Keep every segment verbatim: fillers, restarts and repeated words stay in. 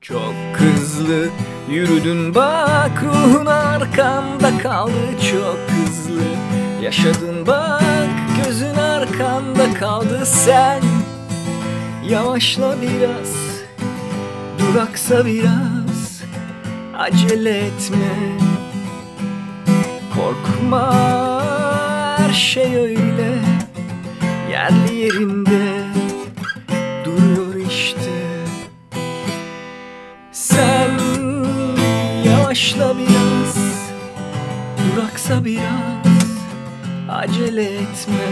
Çok hızlı yürüdün bak, ruhun arkanda kaldı. Çok hızlı yaşadın bak, gözün arkanda kaldı. Sen yavaşla biraz, duraksa biraz, acele etme. Korkma, her şey öyle yerli yerinde duruyor işte. Sen yavaşla biraz, duraksa biraz, acele etme.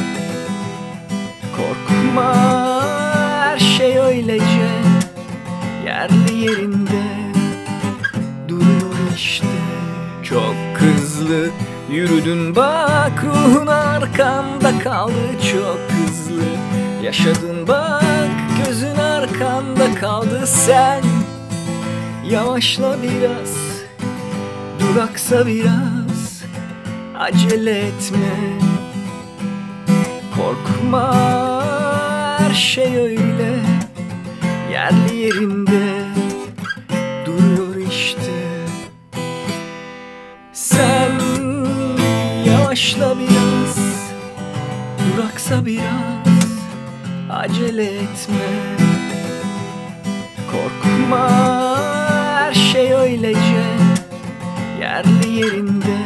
Korkma, her şey öylece yerli yerinde duruyor işte. Çok hızlı yürüdün bak, ruhun arkanda kaldı. Çok hızlı yaşadın bak, gözün arkanda kaldı. Sen yavaşla biraz, duraksa biraz, acele etme. Korkma, her şey öyle yerli yerinde duruyor işte. Sen yavaşla biraz, duraksa biraz, acele etme. Korkma, her şey öylece yerli yerinde